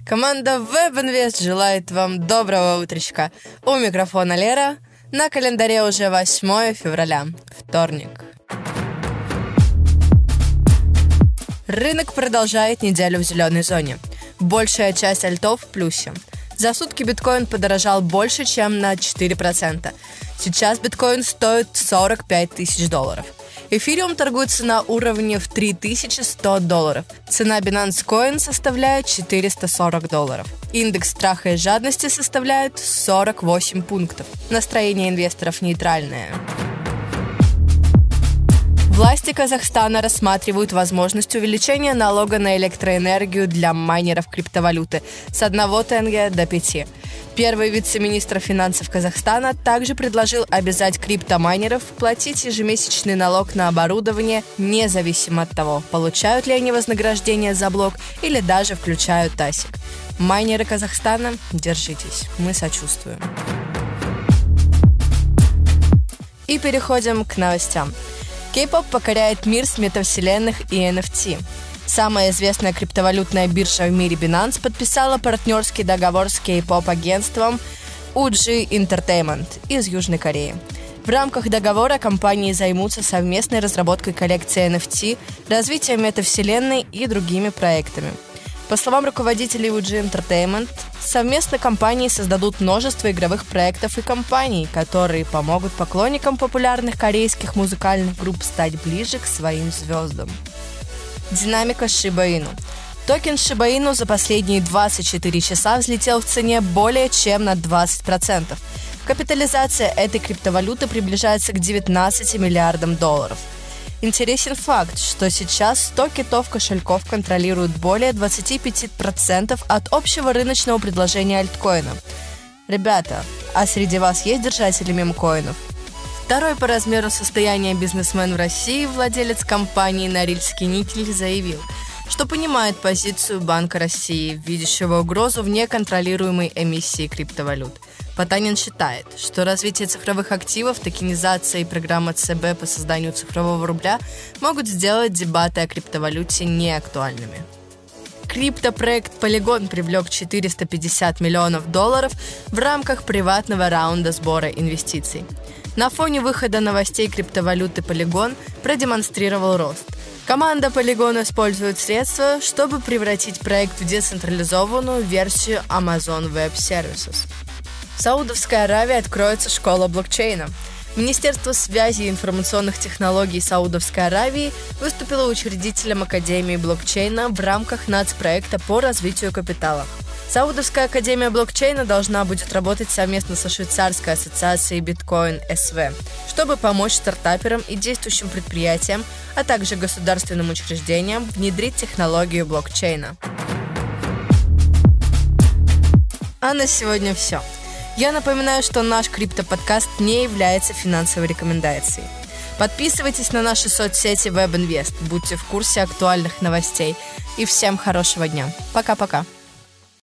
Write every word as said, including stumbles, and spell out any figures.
Команда WebInvest желает вам доброго утречка. У микрофона Лера. На календаре уже восьмое февраля, вторник. Рынок продолжает неделю в зеленой зоне. Большая часть альтов в плюсе. За сутки биткоин подорожал больше, чем на четыре процента. Сейчас биткоин стоит сорок пять тысяч долларов. Эфириум торгуется на уровне в три тысячи сто долларов. Цена Binance Coin составляет четыреста сорок долларов. Индекс страха и жадности составляет сорок восемь пунктов. Настроение инвесторов нейтральное. Власти Казахстана рассматривают возможность увеличения налога на электроэнергию для майнеров криптовалюты с одного тенге до пяти. Первый вице-министр финансов Казахстана также предложил обязать криптомайнеров платить ежемесячный налог на оборудование, независимо от того, получают ли они вознаграждение за блок или даже включают тасик. Майнеры Казахстана, держитесь, мы сочувствуем. И переходим к новостям. Кей-поп покоряет мир с метавселенных и эн эф ти. Самая известная криптовалютная биржа в мире Binance подписала партнерский договор с кей-поп-агентством у джи Entertainment из Южной Кореи. В рамках договора компании займутся совместной разработкой коллекции эн эф ти, развитием метавселенной и другими проектами. По словам руководителей у джи Entertainment, совместно компании создадут множество игровых проектов и компаний, которые помогут поклонникам популярных корейских музыкальных групп стать ближе к своим звездам. Динамика Shiba Inu. Токен Shiba Inu за последние двадцать четыре часа взлетел в цене более чем на двадцать процентов. Капитализация этой криптовалюты приближается к девятнадцати миллиардам долларов. Интересен факт, что сейчас сто китов-кошельков контролируют более двадцать пять процентов от общего рыночного предложения альткоина. Ребята, а среди вас есть держатели мемкоинов? Второй по размеру состояния бизнесмен в России, владелец компании «Норильский никель», заявил, что понимает позицию Банка России, видящего угрозу в неконтролируемой эмиссии криптовалют. Потанин считает, что развитие цифровых активов, токенизация и программа ЦБ по созданию цифрового рубля могут сделать дебаты о криптовалюте неактуальными. Криптопроект Polygon привлек четыреста пятьдесят миллионов долларов в рамках приватного раунда сбора инвестиций. На фоне выхода новостей криптовалюты Polygon продемонстрировал рост. Команда Polygon использует средства, чтобы превратить проект в децентрализованную версию Amazon Web Services. В Саудовской Аравии откроется школа блокчейна. Министерство связи и информационных технологий Саудовской Аравии выступило учредителем Академии блокчейна в рамках нацпроекта по развитию капитала. Саудовская академия блокчейна должна будет работать совместно со швейцарской ассоциацией Bitcoin эс ви, чтобы помочь стартаперам и действующим предприятиям, а также государственным учреждениям внедрить технологию блокчейна. А на сегодня все. Я напоминаю, что наш криптоподкаст не является финансовой рекомендацией. Подписывайтесь на наши соцсети WebInvest, будьте в курсе актуальных новостей. И всем хорошего дня. Пока-пока.